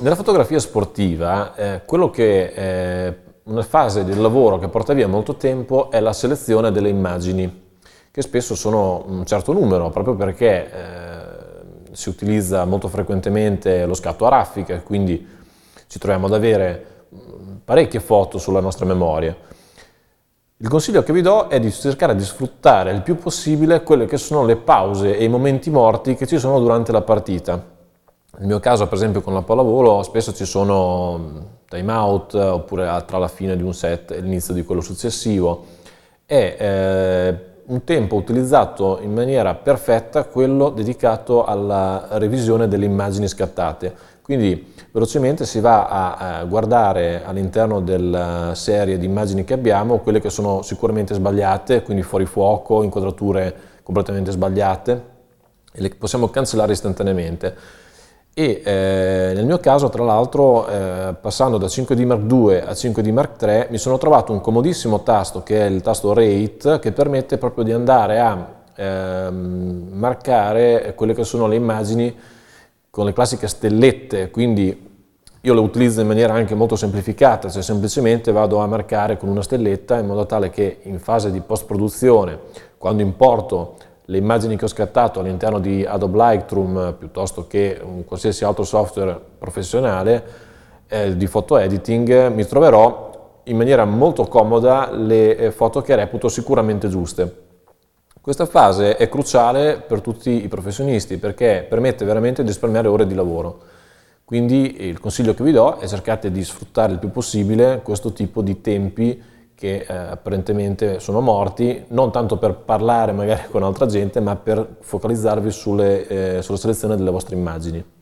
Nella fotografia sportiva, una fase del lavoro che porta via molto tempo è la selezione delle immagini, che spesso sono un certo numero, proprio perché si utilizza molto frequentemente lo scatto a raffica, quindi ci troviamo ad avere parecchie foto sulla nostra memoria. Il consiglio che vi do è di cercare di sfruttare il più possibile quelle che sono le pause e i momenti morti che ci sono durante la partita. Nel mio caso, per esempio, con la pallavolo spesso ci sono time out oppure tra la fine di un set e l'inizio di quello successivo. È un tempo utilizzato in maniera perfetta quello dedicato alla revisione delle immagini scattate. Quindi velocemente si va a guardare all'interno della serie di immagini che abbiamo quelle che sono sicuramente sbagliate, quindi fuori fuoco, inquadrature completamente sbagliate, e le possiamo cancellare istantaneamente. E nel mio caso, tra l'altro, passando da 5D Mark II a 5D Mark III, mi sono trovato un comodissimo tasto che è il tasto Rate, che permette proprio di andare a marcare quelle che sono le immagini con le classiche stellette, quindi io lo utilizzo in maniera anche molto semplificata, cioè semplicemente vado a marcare con una stelletta in modo tale che in fase di post-produzione, quando importo le immagini che ho scattato all'interno di Adobe Lightroom piuttosto che un qualsiasi altro software professionale di photo editing, mi troverò in maniera molto comoda le foto che reputo sicuramente giuste. Questa fase è cruciale per tutti i professionisti perché permette veramente di risparmiare ore di lavoro. Quindi il consiglio che vi do è cercate di sfruttare il più possibile questo tipo di tempi che apparentemente sono morti, non tanto per parlare magari con altra gente, ma per focalizzarvi sulla selezione delle vostre immagini.